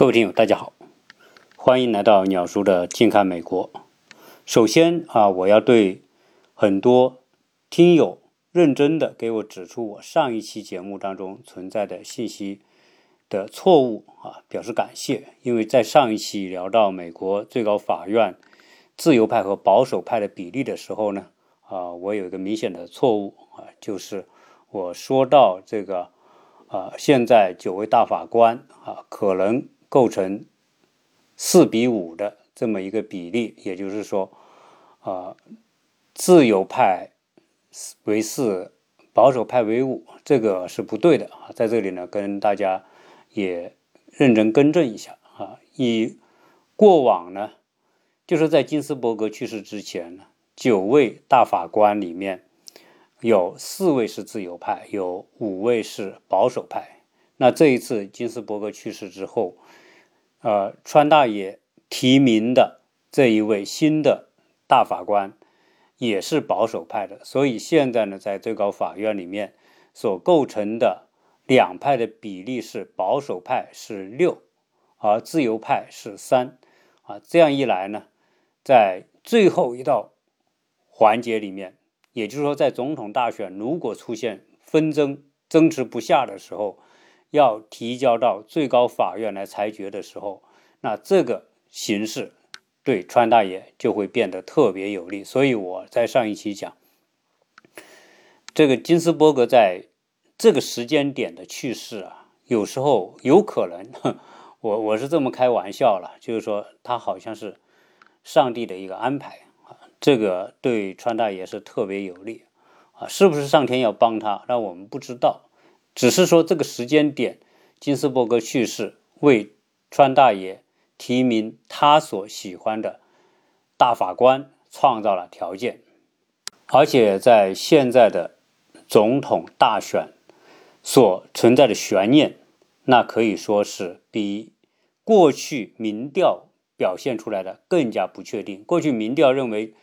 各位听友大家好，欢迎来到鸟叔的近看美国。首先我要对很多听友认真的给我指出我上一期节目当中存在的信息的错误表示感谢。因为在上一期聊到美国最高法院自由派和保守派的比例的时候呢我有一个明显的错误就是我说到这个现在9位大法官可能构成4:5的这么一个比例，也就是说自由派为4，保守派为5，这个是不对的在这里呢跟大家也认真更正一下以过往呢，就是在金斯伯格去世之前呢，9位大法官里面有4位是自由派，有5位是保守派。那这一次金斯伯格去世之后川大爷提名的这一位新的大法官也是保守派的，所以现在呢，在最高法院里面所构成的两派的比例是保守派是6，而自由派是3这样一来呢，在最后一道环节里面，也就是说在总统大选如果出现纷争争执不下的时候，要提交到最高法院来裁决的时候，那这个形势对川大爷就会变得特别有利。所以我在上一期讲这个金斯伯格在这个时间点的去世有时候有可能我是这么开玩笑了，就是说他好像是上帝的一个安排这个对川大爷是特别有利是不是上天要帮他，那我们不知道，只是说这个时间点金斯伯格去世为川大爷提名他所喜欢的大法官创造了条件。而且在现在的总统大选所存在的悬念，那可以说是比过去民调表现出来的更加不确定。过去民调认为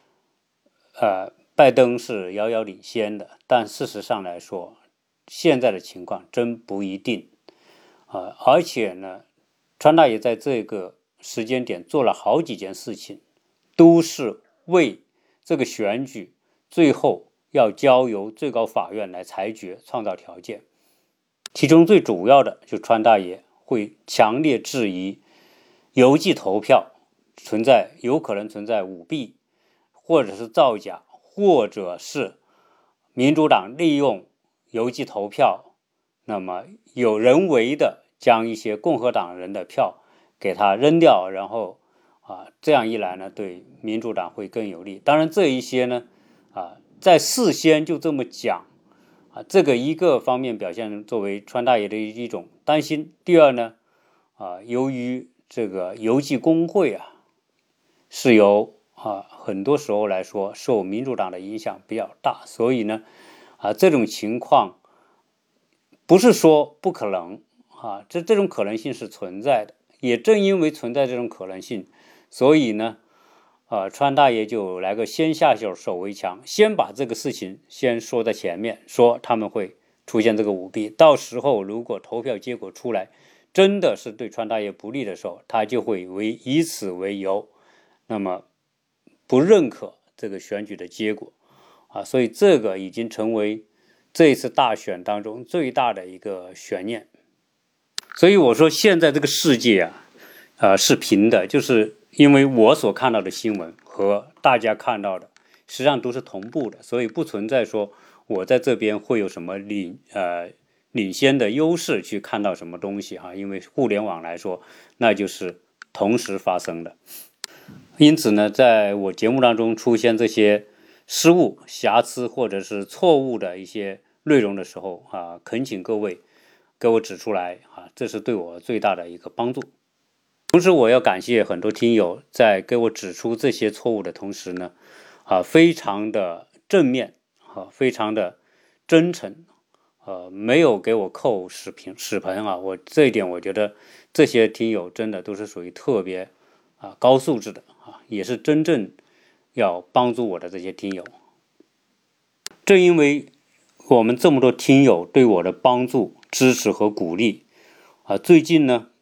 拜登是遥遥领先的，但事实上来说现在的情况真不一定而且呢，川大爷在这个时间点做了好几件事情，都是为这个选举最后要交由最高法院来裁决创造条件。其中最主要的就是川大爷会强烈质疑邮寄投票有可能存在舞弊，或者是造假，或者是民主党利用邮寄投票，那么有人为的将一些共和党人的票给他扔掉，然后这样一来呢，对民主党会更有利。当然这一些呢在事先就这么讲这个一个方面表现作为川大爷的一种担心。第二呢由于这个邮寄工会是由很多时候来说受民主党的影响比较大，所以呢这种情况不是说不可能这种可能性是存在的。也正因为存在这种可能性，所以呢川大爷就来个先下手为强，先把这个事情先说在前面，说他们会出现这个舞弊，到时候如果投票结果出来真的是对川大爷不利的时候，他就会以此为由，那么不认可这个选举的结果所以这个已经成为这一次大选当中最大的一个悬念。所以我说现在这个世界是平的，就是因为我所看到的新闻和大家看到的实际上都是同步的，所以不存在说我在这边会有什么领先的优势去看到什么东西因为互联网来说那就是同时发生的。因此呢，在我节目当中出现这些失误、瑕疵或者是错误的一些内容的时候恳请各位给我指出来这是对我最大的一个帮助。同时我要感谢很多听友在给我指出这些错误的同时呢非常的正面非常的真诚没有给我扣屎盆我这一点我觉得这些听友真的都是属于特别高素质的也是真正要帮助我的这些听友。正因为我们这么多听友对我的帮助、支持和鼓励最近呢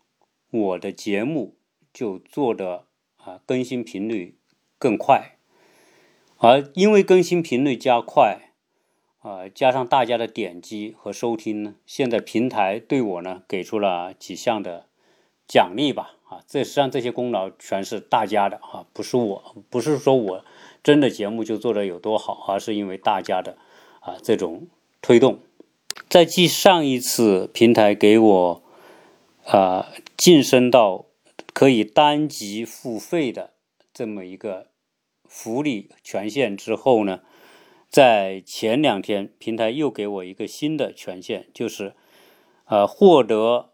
我的节目就做的更新频率更快，而因为更新频率加快，加上大家的点击和收听呢，现在平台对我呢给出了几项的奖励吧，实际上这些功劳全是大家的不是我，不是说我真的节目就做得有多好，而是因为大家的这种推动。在继上一次平台给我晋升到可以单集付费的这么一个福利权限之后呢，在前2天平台又给我一个新的权限，就是获得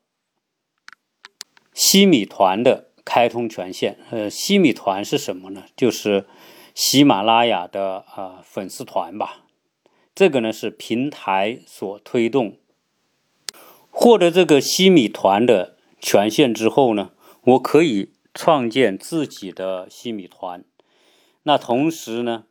西米团的开通权限。西米团是什么呢？就是喜马拉雅的粉丝团吧。这个呢是平台所推动。获得这个西米团的权限之后呢，我可以创建自己的西米团。那同时呢，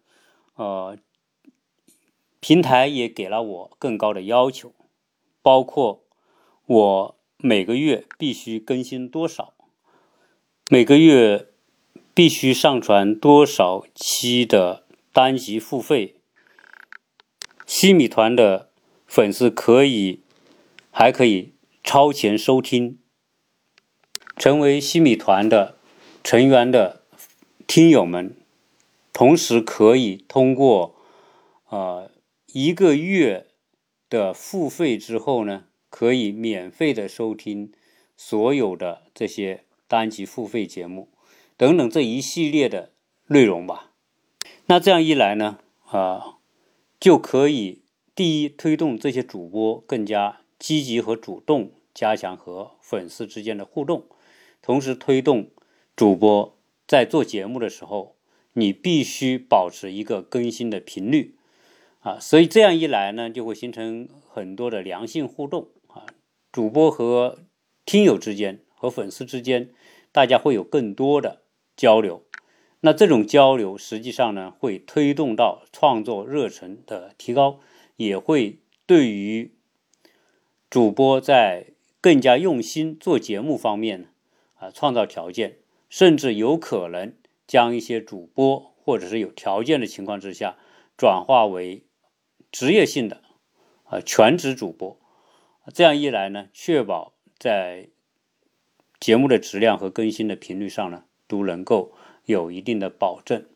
平台也给了我更高的要求，包括我每个月必须更新多少，每个月必须上传多少期的单集付费。西米团的粉丝还可以超前收听，成为西米团的成员的听友们，同时可以通过1个月的付费之后呢，可以免费的收听所有的这些单集付费节目等等这一系列的内容吧。那这样一来呢，就可以第一推动这些主播更加积极和主动，加强和粉丝之间的互动，同时推动主播在做节目的时候，你必须保持一个更新的频率所以这样一来呢，就会形成很多的良性互动主播和听友之间和粉丝之间，大家会有更多的交流。那这种交流实际上呢，会推动到创作热忱的提高，也会对于主播在更加用心做节目方面创造条件，甚至有可能将一些主播或者是有条件的情况之下转化为职业性的全职主播。这样一来呢，确保在节目的质量和更新的频率上呢，都能够有一定的保证。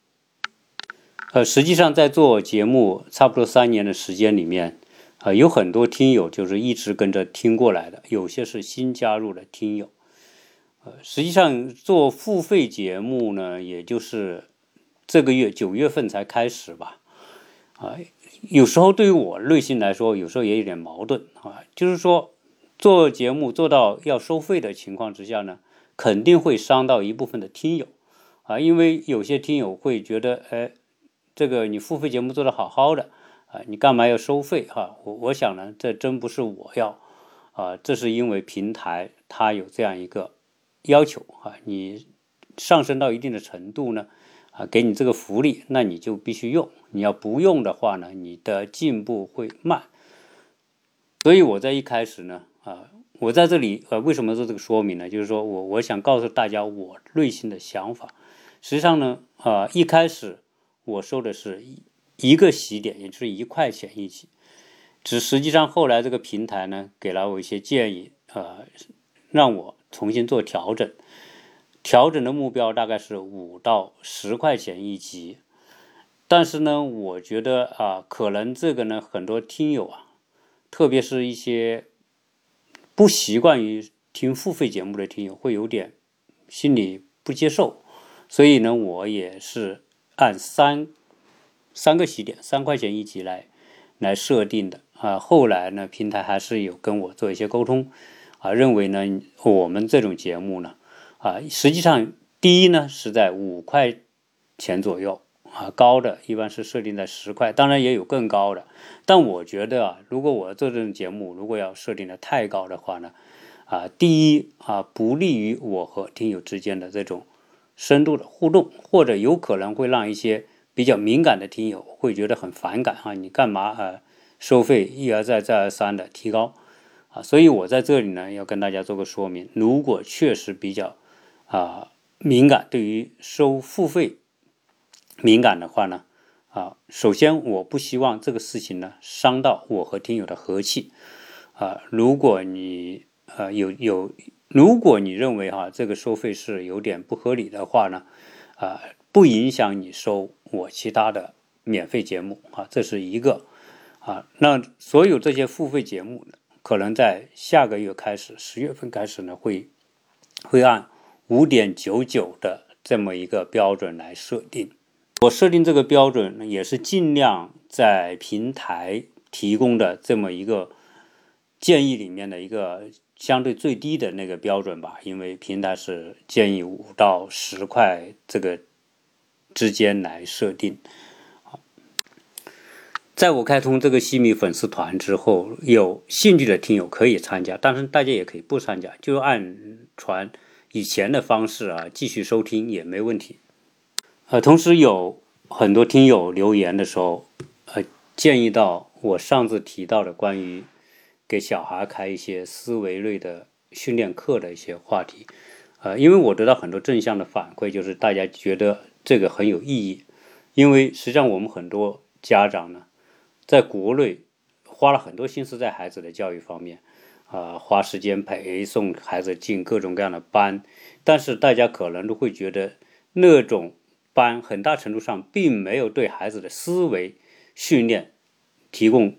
实际上在做节目差不多3年的时间里面有很多听友就是一直跟着听过来的，有些是新加入的听友。实际上做付费节目呢，也就是这个月9月份才开始吧。有时候对于我内心来说，有时候也有点矛盾就是说做节目做到要收费的情况之下呢，肯定会伤到一部分的听友因为有些听友会觉得这个你付费节目做得好好的你干嘛要收费我想呢，这真不是我要这是因为平台它有这样一个要求你上升到一定的程度呢给你这个福利，那你就必须用，你要不用的话呢，你的进步会慢。所以我在一开始呢我在这里为什么做这个说明呢？就是说我想告诉大家我内心的想法。实际上呢一开始我收的是一个喜点，也就是1块钱一集。实际上后来这个平台呢给了我一些建议让我重新做调整。调整的目标大概是5到10块钱一集。但是呢，我觉得可能这个呢，很多听友特别是一些不习惯于听付费节目的听友，会有点心里不接受。所以呢，我也是按3个喜点3块钱一集来设定的后来呢，平台还是有跟我做一些沟通认为呢，我们这种节目呢实际上第一呢是在5块钱左右高的一般是设定在10块，当然也有更高的。但我觉得如果我做这种节目，如果要设定的太高的话呢第一不利于我和听友之间的这种深度的互动，或者有可能会让一些比较敏感的听友会觉得很反感你干嘛收费一而再再而三的提高所以我在这里呢要跟大家做个说明，如果确实比较敏感，对于收付费敏感的话呢，首先我不希望这个事情呢伤到我和听友的和气。如果你如果你认为这个收费是有点不合理的话呢，不影响你收我其他的免费节目这是一个那所有这些付费节目呢，可能在下个月开始，10月份开始呢，会按5.99的这么一个标准来设定。我设定这个标准呢，也是尽量在平台提供的这么一个建议里面的一个相对最低的那个标准吧，因为平台是建议5到10块这个之间来设定。在我开通这个西米粉丝团之后，有兴趣的听友可以参加，当然大家也可以不参加，就按传以前的方式继续收听也没问题。同时有很多听友留言的时候，建议到我上次提到的关于给小孩开一些思维类的训练课的一些话题，因为我得到很多正向的反馈，就是大家觉得这个很有意义，因为实际上我们很多家长呢，在国内花了很多心思在孩子的教育方面，花时间陪送孩子进各种各样的班，但是大家可能都会觉得那种班很大程度上并没有对孩子的思维训练提供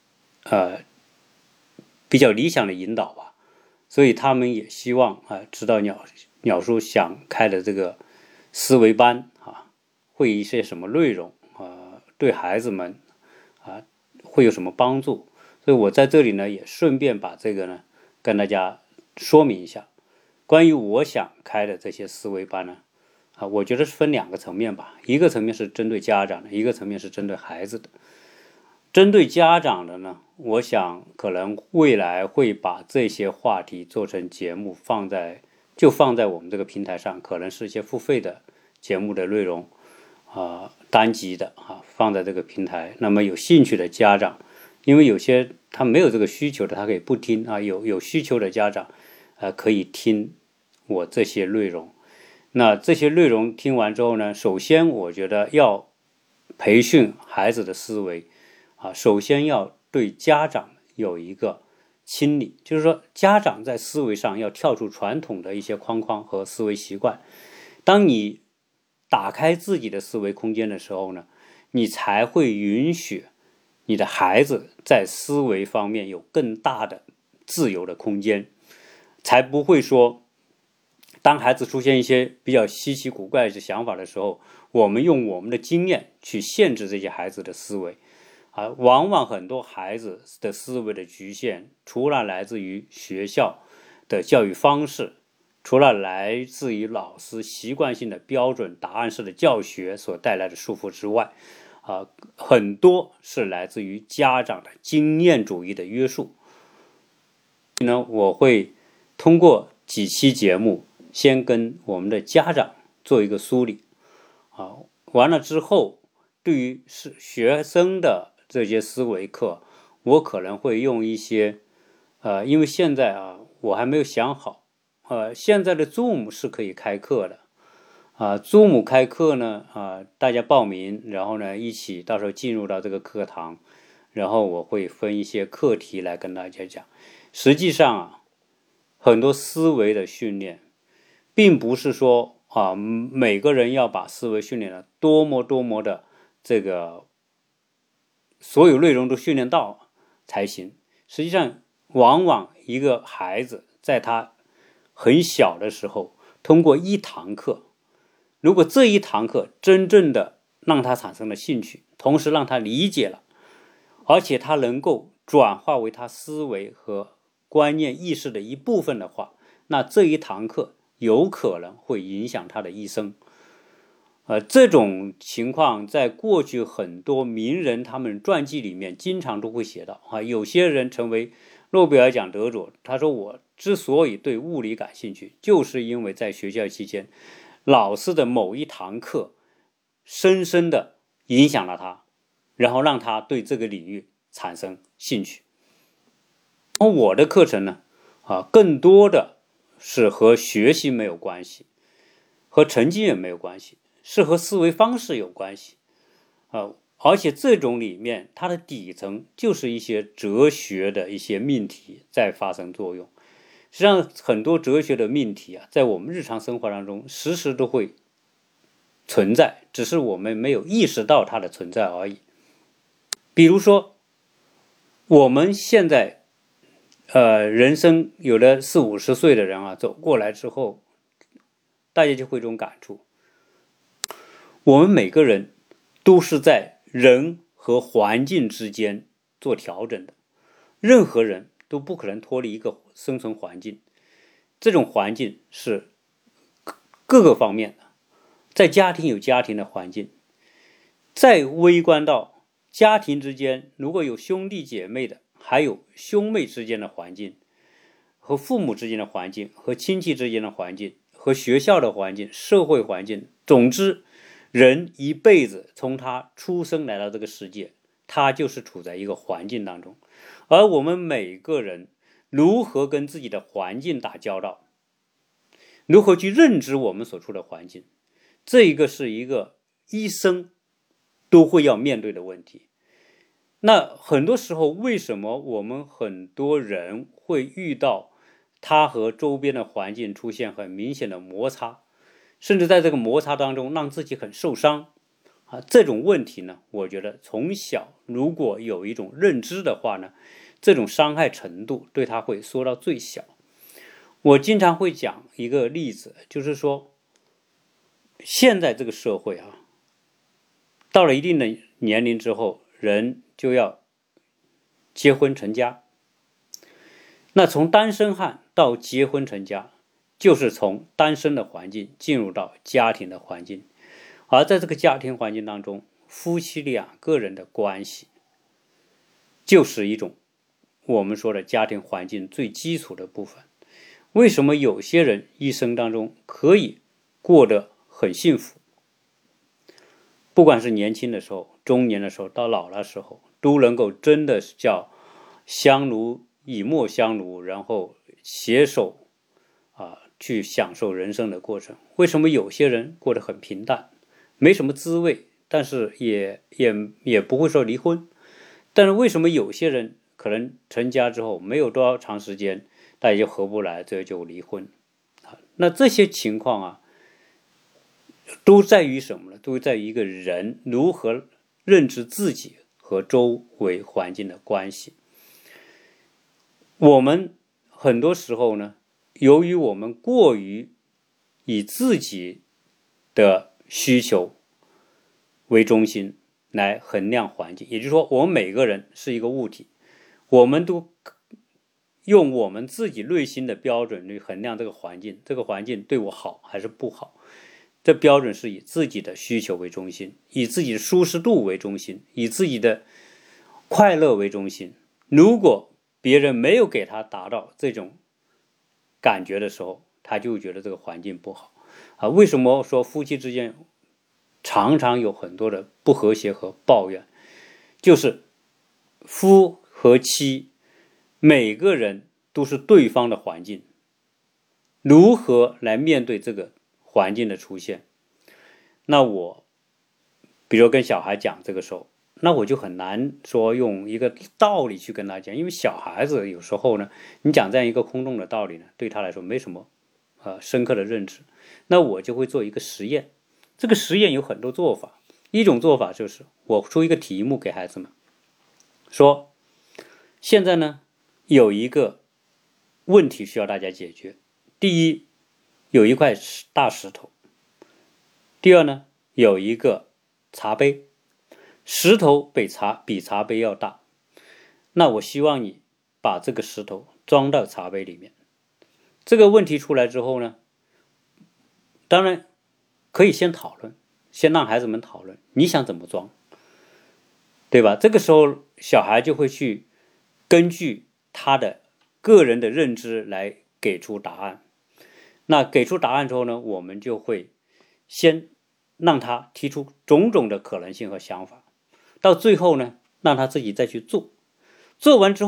比较理想的引导吧，所以他们也希望知道鸟叔想开的这个思维班会一些什么内容对孩子们会有什么帮助，所以我在这里呢也顺便把这个呢跟大家说明一下。关于我想开的这些思维班呢我觉得是分2个层面吧，一个层面是针对家长的，一个层面是针对孩子的。针对家长的呢，我想可能未来会把这些话题做成节目放在我们这个平台上，可能是一些付费的节目的内容单集的放在这个平台。那么有兴趣的家长，因为有些他没有这个需求的，他可以不听有需求的家长可以听我这些内容。那这些内容听完之后呢，首先我觉得要培训孩子的思维首先要对家长有一个清理，就是说家长在思维上要跳出传统的一些框框和思维习惯。当你打开自己的思维空间的时候呢，你才会允许你的孩子在思维方面有更大的自由的空间，才不会说当孩子出现一些比较稀奇古怪的想法的时候，我们用我们的经验去限制这些孩子的思维往往很多孩子的思维的局限，除了来自于学校的教育方式，除了来自于老师习惯性的标准答案式的教学所带来的束缚之外很多是来自于家长的经验主义的约束。我会通过几期节目先跟我们的家长做一个梳理完了之后，对于学生的这些思维课，我可能会用一些因为现在我还没有想好现在的 Zoom 是可以开课的Zoom 开课呢大家报名，然后呢一起到时候进入到这个课堂，然后我会分一些课题来跟大家讲。实际上很多思维的训练并不是说每个人要把思维训练的多么的这个所有内容都训练到才行。实际上往往一个孩子在他很小的时候，通过一堂课，如果这一堂课真正的让他产生了兴趣，同时让他理解了，而且他能够转化为他思维和观念意识的一部分的话，那这一堂课有可能会影响他的一生。这种情况在过去很多名人他们传记里面经常都会写到有些人成为诺贝尔奖得主，他说我之所以对物理感兴趣，就是因为在学校期间老师的某一堂课深深的影响了他，然后让他对这个领域产生兴趣。 而我的课程呢，更多的是和学习没有关系，和成绩也没有关系，是和思维方式有关系。而且这种里面它的底层就是一些哲学的一些命题在发生作用。实际上很多哲学的命题在我们日常生活当中时时都会存在，只是我们没有意识到它的存在而已。比如说我们现在人生有的40-50岁的人走过来之后，大家就会有这种感触，我们每个人都是在人和环境之间做调整的，任何人都不可能脱离一个生存环境，这种环境是各个方面的，在家庭有家庭的环境，再微观到家庭之间，如果有兄弟姐妹的，还有兄妹之间的环境，和父母之间的环境，和亲戚之间的环境，和学校的环境，社会环境，总之人一辈子从他出生来到这个世界，他就是处在一个环境当中。而我们每个人如何跟自己的环境打交道，如何去认知我们所处的环境，这一个是一个一生都会要面对的问题。那很多时候为什么我们很多人会遇到他和周边的环境出现很明显的摩擦，甚至在这个摩擦当中让自己很受伤这种问题呢，我觉得从小如果有一种认知的话呢，这种伤害程度对他会缩到最小。我经常会讲一个例子，就是说现在这个社会到了一定的年龄之后，人就要结婚成家。那从单身汉到结婚成家，就是从单身的环境进入到家庭的环境，而在这个家庭环境当中，夫妻两个人的关系就是一种我们说的家庭环境最基础的部分。为什么有些人一生当中可以过得很幸福，不管是年轻的时候、中年的时候到老的时候，都能够真的叫相濡以沫相濡，然后携手去享受人生的过程。为什么有些人过得很平淡，没什么滋味，但是也不会说离婚？但是为什么有些人可能成家之后没有多少长时间，大家就合不来，最后就离婚那这些情况都在于什么呢？都在于一个人如何认知自己和周围环境的关系。我们很多时候呢，由于我们过于以自己的需求为中心来衡量环境，也就是说我们每个人是一个物体，我们都用我们自己内心的标准去衡量这个环境，这个环境对我好还是不好，这标准是以自己的需求为中心，以自己的舒适度为中心，以自己的快乐为中心。如果别人没有给他达到这种感觉的时候，他就觉得这个环境不好为什么说夫妻之间常常有很多的不和谐和抱怨？就是夫和妻每个人都是对方的环境，如何来面对这个环境的出现？那我比如跟小孩讲这个时候，那我就很难说用一个道理去跟他讲，因为小孩子有时候呢，你讲这样一个空洞的道理呢，对他来说没什么深刻的认知。那我就会做一个实验，这个实验有很多做法，一种做法就是我出一个题目给孩子们，说现在呢有一个问题需要大家解决。第一，有一块大石头；第二呢，有一个茶杯，石头比茶杯要大。那我希望你把这个石头装到茶杯里面。这个问题出来之后呢，当然可以先讨论，先让孩子们讨论你想怎么装，对吧？这个时候小孩就会去根据他的个人的认知来给出答案。那给出答案之后呢，我们就会先让他提出种种的可能性和想法，到最后呢，让他自己再去做。做完之后，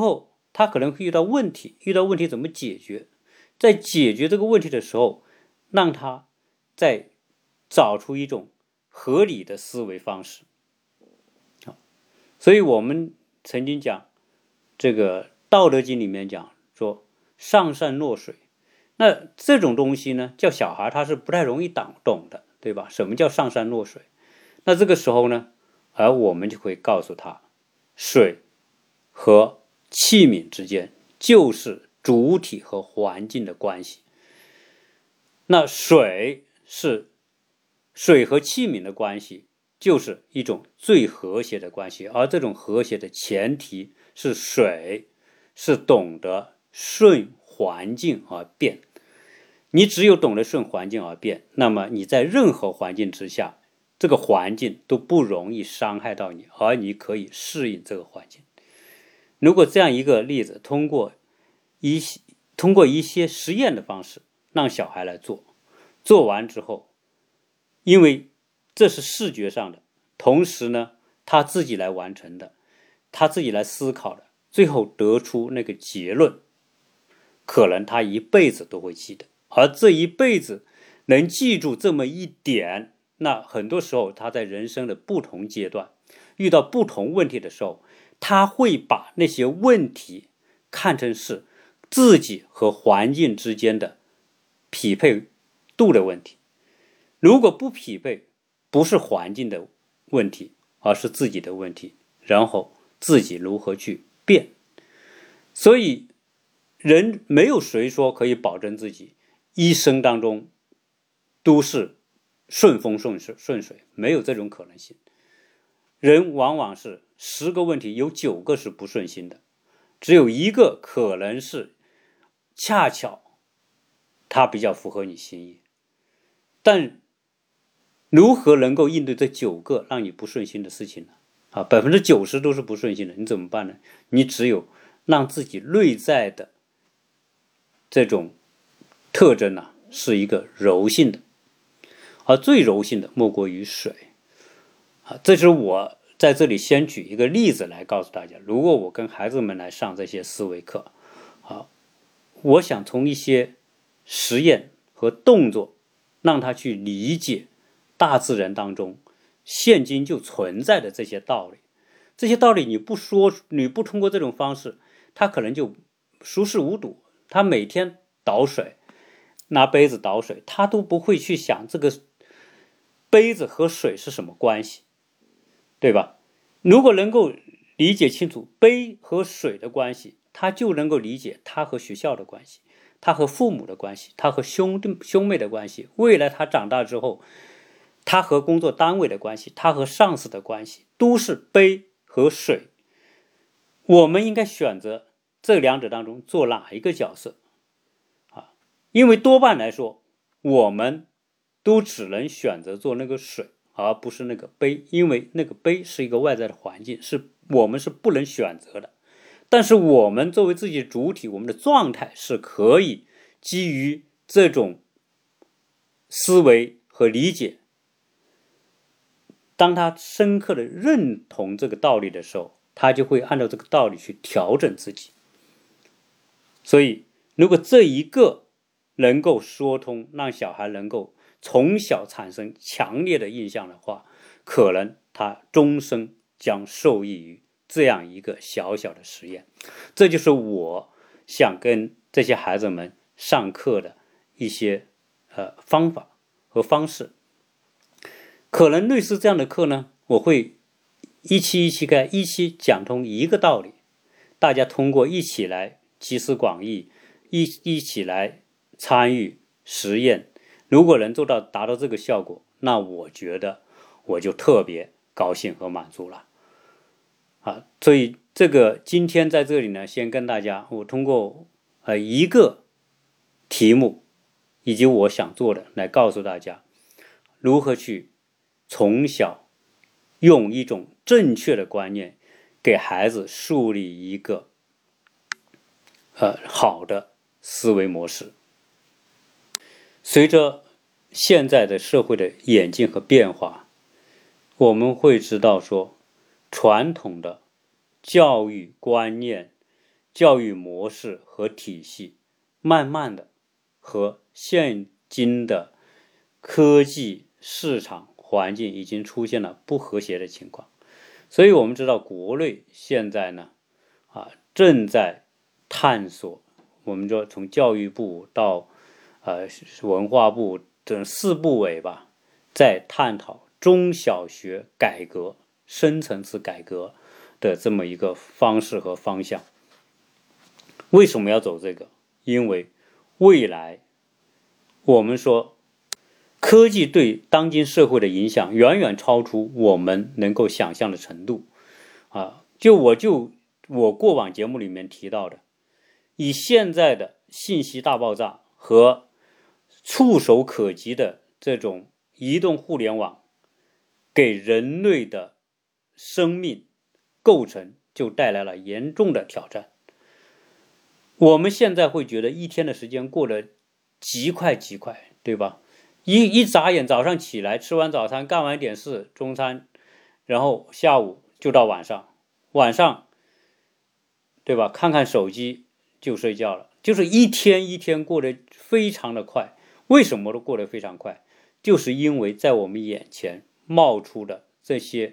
他可能会遇到问题，遇到问题怎么解决？在解决这个问题的时候，让他再找出一种合理的思维方式。所以我们曾经讲这个《道德经》里面讲说上善若水，那这种东西呢，叫小孩他是不太容易懂的，对吧？什么叫上善若水？那这个时候呢，而我们就会告诉他，水和器皿之间就是主体和环境的关系。那水和器皿的关系，就是一种最和谐的关系，而这种和谐的前提是水是懂得顺环境而变。你只有懂得顺环境而变，那么你在任何环境之下，这个环境都不容易伤害到你，而你可以适应这个环境。如果这样一个例子，通过一些实验的方式让小孩来做完之后，因为这是视觉上的，同时呢他自己来完成的，他自己来思考的，最后得出那个结论，可能他一辈子都会记得。而这一辈子能记住这么一点，那很多时候他在人生的不同阶段遇到不同问题的时候，他会把那些问题看成是自己和环境之间的匹配度的问题。如果不匹配，不是环境的问题，而是自己的问题，然后自己如何去变。所以人没有谁说可以保证自己一生当中都是顺风顺水，没有这种可能性。人往往是10个问题有9个是不顺心的，只有1个可能是恰巧它比较符合你心意。但如何能够应对这9个让你不顺心的事情呢？90%都是不顺心的，你怎么办呢？你只有让自己内在的这种特征呢，是一个柔性的，而最柔性的莫过于水。这是我在这里先举一个例子来告诉大家，如果我跟孩子们来上这些思维课，我想从一些实验和动作让他去理解大自然当中现今就存在的这些道理。这些道理你不说，你不通过这种方式，他可能就熟视无睹。他每天倒水，拿杯子倒水，他都不会去想这个杯子和水是什么关系，对吧？如果能够理解清楚杯和水的关系，他就能够理解他和学校的关系，他和父母的关系，他和兄妹的关系。未来他长大之后，他和工作单位的关系，他和上司的关系，都是杯和水。我们应该选择这2者当中做哪一个角色因为多半来说，我们都只能选择做那个水，而不是那个杯，因为那个杯是一个外在的环境，我们是不能选择的。但是我们作为自己的主体，我们的状态是可以基于这种思维和理解，当他深刻的认同这个道理的时候，他就会按照这个道理去调整自己。所以如果这一个能够说通，让小孩能够从小产生强烈的印象的话，可能他终生将受益于这样一个小小的实验。这就是我想跟这些孩子们上课的一些方法和方式。可能类似这样的课呢，我会一期讲通一个道理，大家通过一起来集思广益，一起来参与实验，如果能达到这个效果，那我觉得我就特别高兴和满足了所以这个今天在这里呢，先跟大家我通过一个题目以及我想做的来告诉大家如何去从小用一种正确的观念给孩子树立一个好的思维模式。随着现在的社会的演进和变化，我们会知道说，传统的教育观念教育模式和体系慢慢的和现今的科技市场环境已经出现了不和谐的情况。所以我们知道国内现在呢正在探索，我们说从教育部到文化部等4部委吧，在探讨中小学改革、深层次改革的这么一个方式和方向。为什么要走这个？因为未来我们说科技对当今社会的影响远远超出我们能够想象的程度我过往节目里面提到的，以现在的信息大爆炸和触手可及的这种移动互联网给人类的生命构成就带来了严重的挑战。我们现在会觉得一天的时间过得极快极快，对吧？一眨眼，早上起来吃完早餐，干完点事，中餐，然后下午就到晚上对吧？看看手机就睡觉了，就是一天一天过得非常的快。为什么都过得非常快？就是因为在我们眼前冒出的这些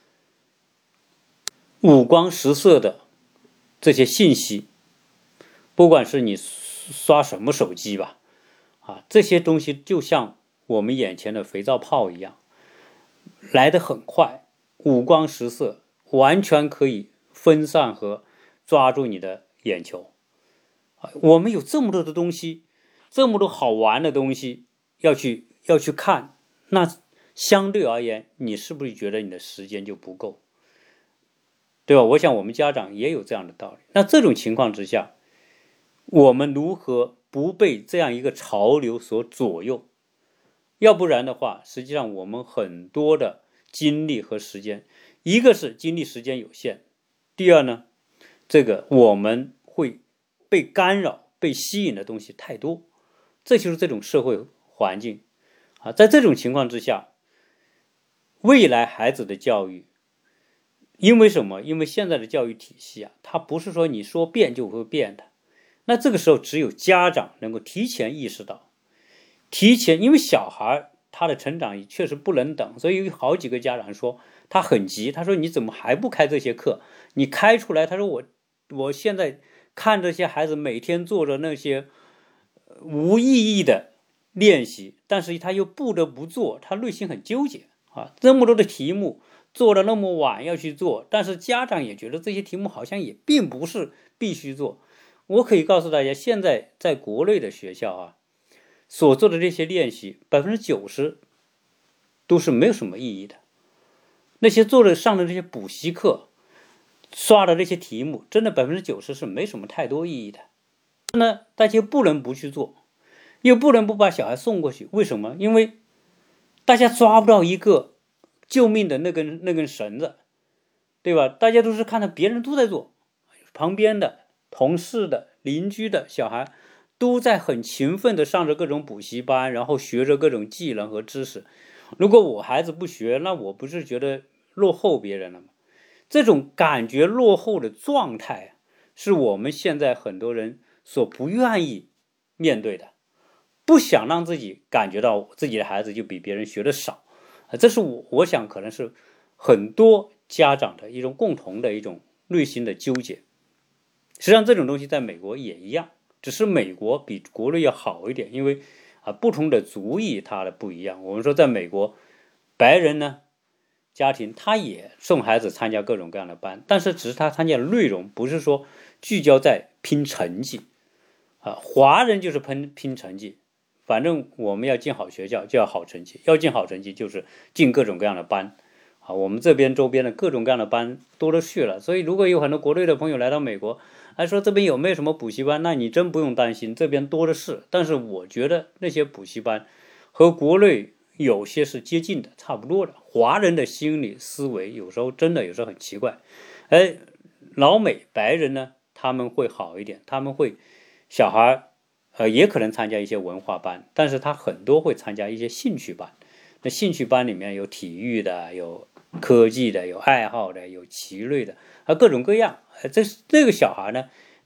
五光十色的这些信息，不管是你刷什么手机吧，这些东西就像我们眼前的肥皂泡一样，来得很快，五光十色，完全可以分散和抓住你的眼球。我们有这么多的东西，这么多好玩的东西要去看，那相对而言，你是不是觉得你的时间就不够？对吧？我想我们家长也有这样的道理。那这种情况之下，我们如何不被这样一个潮流所左右？要不然的话，实际上我们很多的精力和时间，一个是精力时间有限，第二呢，这个我们会被干扰、被吸引的东西太多，这就是这种社会环境在这种情况之下，未来孩子的教育，因为什么？因为现在的教育体系它不是说你说变就会变的。那这个时候只有家长能够提前意识到，因为小孩他的成长确实不能等，所以有好几个家长说他很急，他说你怎么还不开这些课？你开出来，他说我现在看这些孩子每天做着那些无意义的练习，但是他又不得不做，他内心很纠结这么多的题目做了那么晚要去做，但是家长也觉得这些题目好像也并不是必须做。我可以告诉大家，现在在国内的学校所做的这些练习，90%都是没有什么意义的。那些上的这些补习课，刷的这些题目，真的90%是没什么太多意义的。那大家不能不去做，又不能不把小孩送过去。为什么？因为大家抓不到一个救命的那根绳子，对吧？大家都是看到别人都在做，旁边的同事的邻居的小孩都在很勤奋的上着各种补习班，然后学着各种技能和知识。如果我孩子不学，那我不是觉得落后别人了吗？这种感觉落后的状态是我们现在很多人所不愿意面对的，不想让自己感觉到自己的孩子就比别人学的少这是我想可能是很多家长的一种共同的一种内心的纠结。实际上这种东西在美国也一样，只是美国比国内要好一点，因为不同的族裔它的不一样。我们说在美国，白人呢家庭他也送孩子参加各种各样的班，但是只是他参加的内容不是说聚焦在拼成绩华人就是拼成绩，反正我们要进好学校就要好成绩，要进好成绩就是进各种各样的班我们这边周边的各种各样的班多了去了，所以如果有很多国内的朋友来到美国还说这边有没有什么补习班，那你真不用担心，这边多的是。但是我觉得那些补习班和国内有些是接近的，差不多的。华人的心理思维有时候很奇怪老美白人呢他们会好一点，他们会小孩也可能参加一些文化班，但是他很多会参加一些兴趣班。那兴趣班里面有体育的，有科技的，有爱好的，有棋类的各种各样这个小孩呢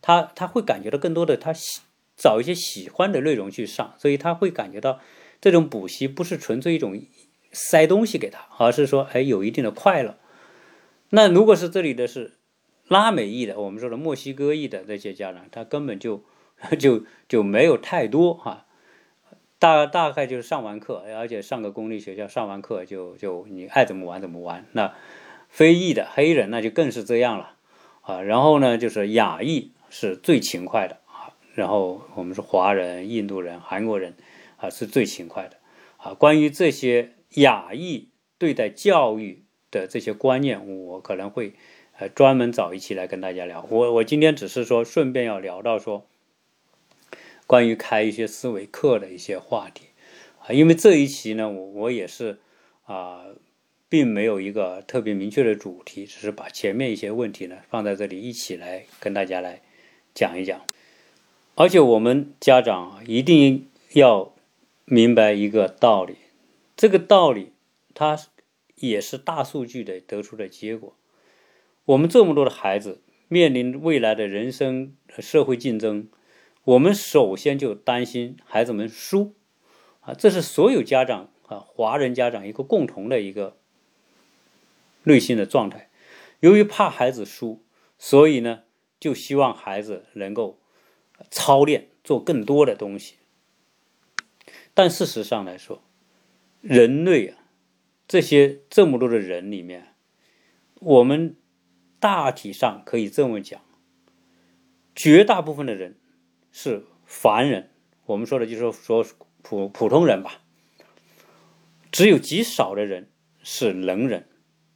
他会感觉到更多的找一些喜欢的内容去上，所以他会感觉到这种补习不是纯粹一种塞东西给他，而是说有一定的快乐。那如果是这里的是拉美裔的，我们说的墨西哥裔的这些家长，他根本就没有太多大概就是上完课，而且上个公立学校，上完课就你爱怎么玩怎么玩。那非裔的黑人那就更是这样了然后呢，就是亚裔是最勤快的然后我们说华人、印度人、韩国人是最勤快的关于这些亚裔对待教育的这些观念，我可能会专门找一期来跟大家聊。我今天只是说顺便要聊到说关于开一些思维课的一些话题因为这一期呢，我也是并没有一个特别明确的主题，只是把前面一些问题呢放在这里一起来跟大家来讲一讲。而且我们家长一定要明白一个道理，这个道理它也是大数据的得出的结果。我们这么多的孩子面临未来的人生社会竞争，我们首先就担心孩子们输这是所有家长华人家长一个共同的一个内心的状态。由于怕孩子输，所以呢就希望孩子能够操练做更多的东西。但事实上来说，人类这么多的人里面，我们大体上可以这么讲，绝大部分的人是凡人，我们说的就是说普通人吧，只有极少的人是能人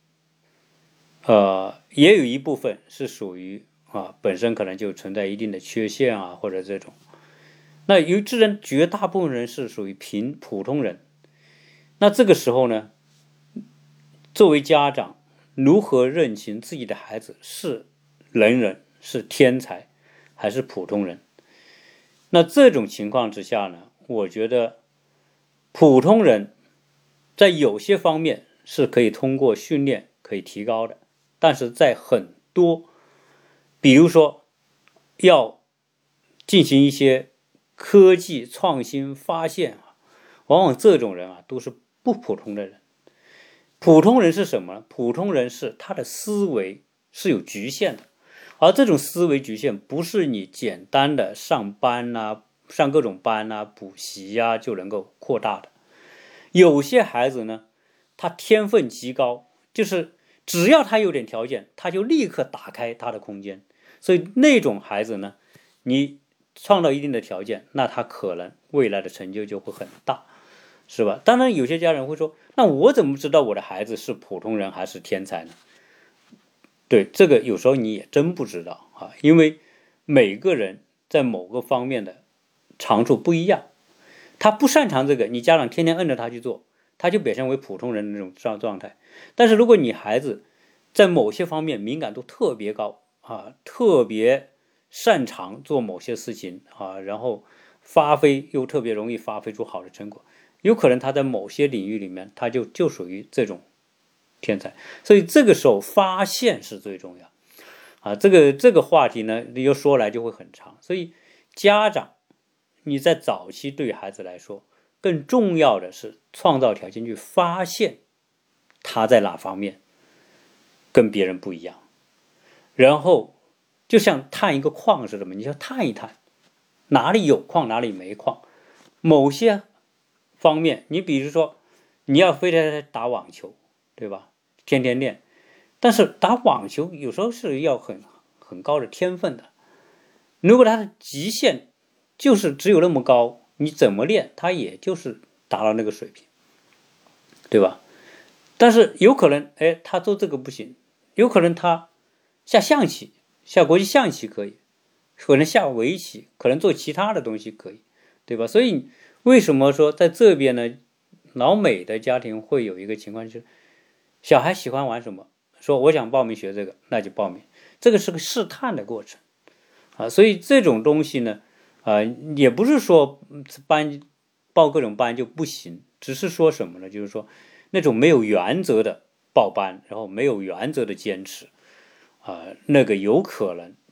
也有一部分是属于本身可能就存在一定的缺陷或者这种。那由于这人绝大部分人是属于普通人，那这个时候呢，作为家长如何认清自己的孩子是能人、是天才还是普通人？那这种情况之下呢，我觉得普通人在有些方面是可以通过训练可以提高的，但是在很多比如说要进行一些科技创新发现往往这种人都是不普通的人。普通人是什么呢？普通人是他的思维是有局限的，而这种思维局限不是你简单的上班上各种班补习就能够扩大的。有些孩子呢，他天分极高，就是只要他有点条件，他就立刻打开他的空间。所以那种孩子呢，你创造一定的条件，那他可能未来的成就就会很大，是吧？当然有些家长会说，那我怎么知道我的孩子是普通人还是天才呢？对，这个有时候你也真不知道因为每个人在某个方面的长处不一样，他不擅长这个，你家长天天摁着他去做，他就表现为普通人的那种状态。但是如果你孩子在某些方面敏感度特别高特别擅长做某些事情然后发挥又特别容易发挥出好的成果，有可能他在某些领域里面他就属于这种天才。所以这个时候发现是最重要这个话题呢又说来就会很长。所以家长你在早期对孩子来说，更重要的是创造条件去发现他在哪方面跟别人不一样，然后就像探一个矿似的嘛，你要探一探哪里有矿哪里没矿。某些方面你比如说你要非得打网球，对吧？天天练，但是打网球有时候是要很高的天分的。如果他的极限就是只有那么高，你怎么练他也就是达到那个水平，对吧？但是有可能他做这个不行，有可能他下象棋，下国际象棋可以，可能下围棋，可能做其他的东西可以，对吧？所以为什么说在这边呢，老美的家庭会有一个情况，就是小孩喜欢玩什么，说我想报名学这个，那就报名，这个是个试探的过程所以这种东西呢也不是说报各种班就不行，只是说什么呢？就是说那种没有原则的报班，然后没有原则的坚持那个有可能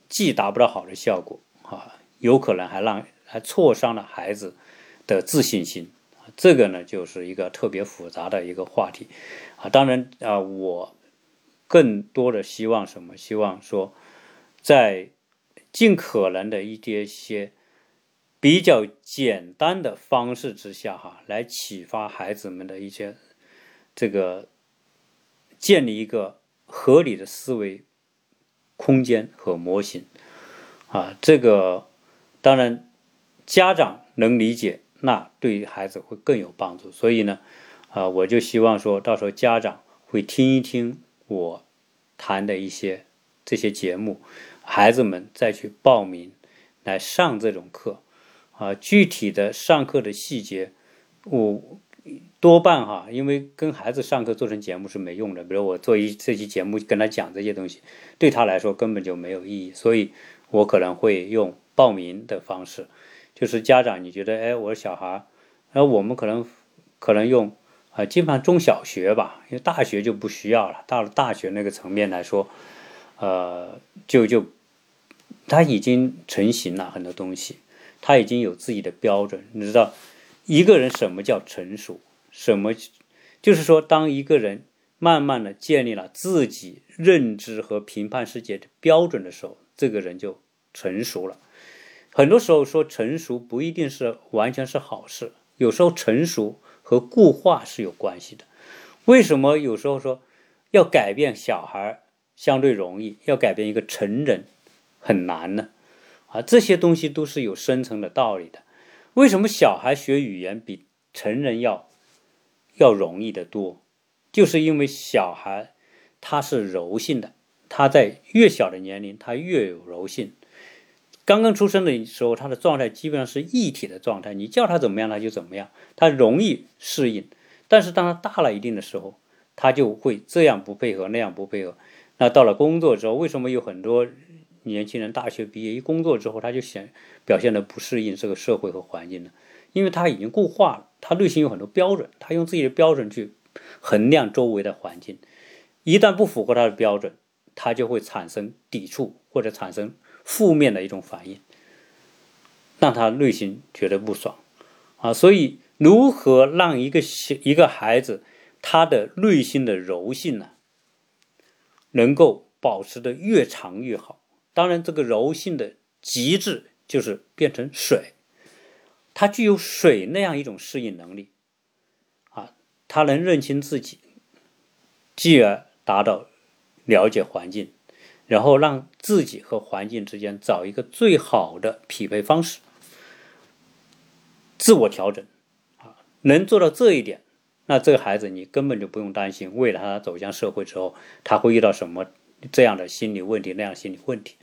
既达不到好的效果有可能还挫伤了孩子的自信心。这个呢就是一个特别复杂的一个话题当然我更多的希望什么？希望说在尽可能的一些比较简单的方式之下来启发孩子们的一些这个建立一个合理的思维空间和模型这个当然家长能理解，那对于孩子会更有帮助。所以呢我就希望说到时候家长会听一听我谈的这些节目，孩子们再去报名来上这种课具体的上课的细节我多半因为跟孩子上课做成节目是没用的，比如我做这期节目跟他讲这些东西，对他来说根本就没有意义，所以我可能会用报名的方式，就是家长你觉得我的小孩我们可能用基本上中小学吧，因为大学就不需要了，到了大学那个层面来说就他已经成型了很多东西，他已经有自己的标准。你知道一个人什么叫成熟？就是说当一个人慢慢的建立了自己认知和评判世界的标准的时候，这个人就成熟了。很多时候说成熟不一定是完全是好事，有时候成熟和固化是有关系的。为什么有时候说要改变小孩相对容易，要改变一个成人很难呢？这些东西都是有深层的道理的。为什么小孩学语言比成人要容易得多？就是因为小孩他是柔性的，他在越小的年龄他越有柔性。刚刚出生的时候他的状态基本上是一体的状态，你叫他怎么样他就怎么样，他容易适应。但是当他大了一定的时候，他就会这样不配合那样不配合。那到了工作之后，为什么有很多年轻人大学毕业一工作之后他就表现得不适应这个社会和环境呢？因为他已经固化了，他内心有很多标准，他用自己的标准去衡量周围的环境，一旦不符合他的标准，他就会产生抵触或者产生负面的一种反应，让他内心觉得不爽所以如何让一个孩子他的内心的柔性呢能够保持得越长越好？当然这个柔性的极致就是变成水，它具有水那样一种适应能力它能认清自己，继而达到了解环境，然后让自己和环境之间找一个最好的匹配方式，自我调整能做到这一点，那这个孩子你根本就不用担心未来他走向社会之后他会遇到什么这样的心理问题那样心理问题。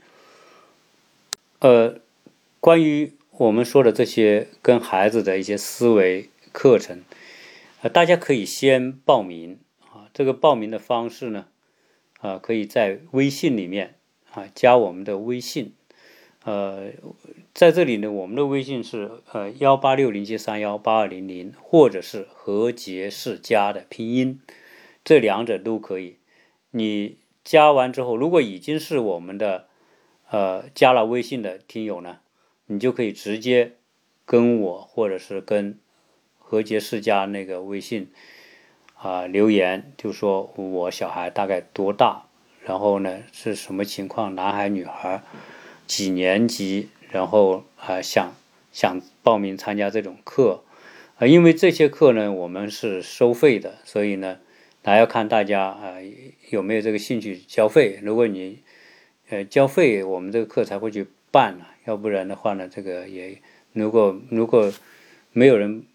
关于我们说的这些跟孩子的一些思维课程大家可以先报名这个报名的方式呢可以在微信里面加我们的微信在这里呢我们的微信是18607318200，或者是何洁世家的拼音，这两者都可以。你加完之后，如果已经是我们的加了微信的听友呢，你就可以直接跟我或者是跟何洁世家那个微信留言，就说我小孩大概多大，然后呢是什么情况，男孩女孩，几年级，然后想报名参加这种课因为这些课呢我们是收费的，所以呢还要看大家有没有这个兴趣交费。如果你交费，我们这个课才会去办要不然的话呢，这个也如果没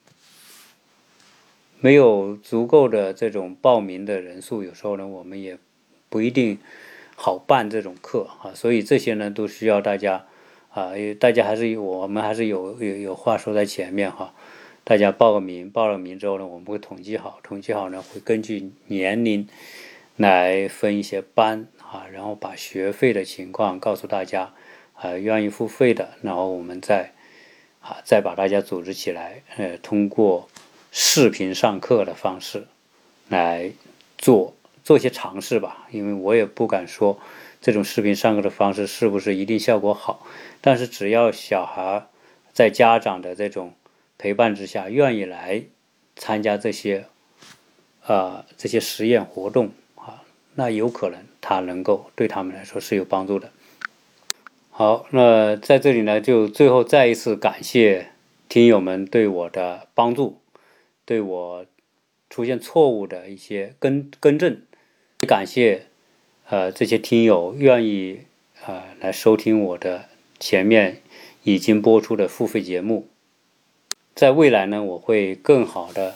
有足够的这种报名的人数，有时候呢我们也不一定好办这种课所以这些呢都需要大家大家我们还是有话说在前面大家报了名之后呢，我们会统计好呢会根据年龄来分一些班然后把学费的情况告诉大家愿意付费的，然后我们再把大家组织起来通过视频上课的方式来做一些尝试吧。因为我也不敢说这种视频上课的方式是不是一定效果好，但是只要小孩在家长的这种陪伴之下，愿意来参加这些实验活动啊，那有可能他能够对他们来说是有帮助的。好，那在这里呢，就最后再一次感谢听友们对我的帮助，对我出现错误的一些更正，感谢这些听友愿意来收听我的前面已经播出的付费节目。在未来呢，我会更好的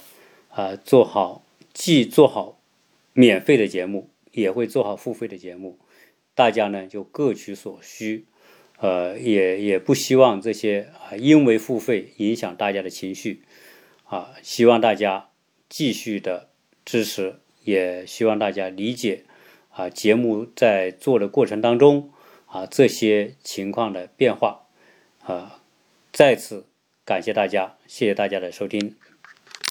既做好免费的节目，也会做好付费的节目，大家呢就各取所需。也不希望这些因为付费影响大家的情绪希望大家继续的支持，也希望大家理解节目在做的过程当中这些情况的变化再次感谢大家，谢谢大家的收听。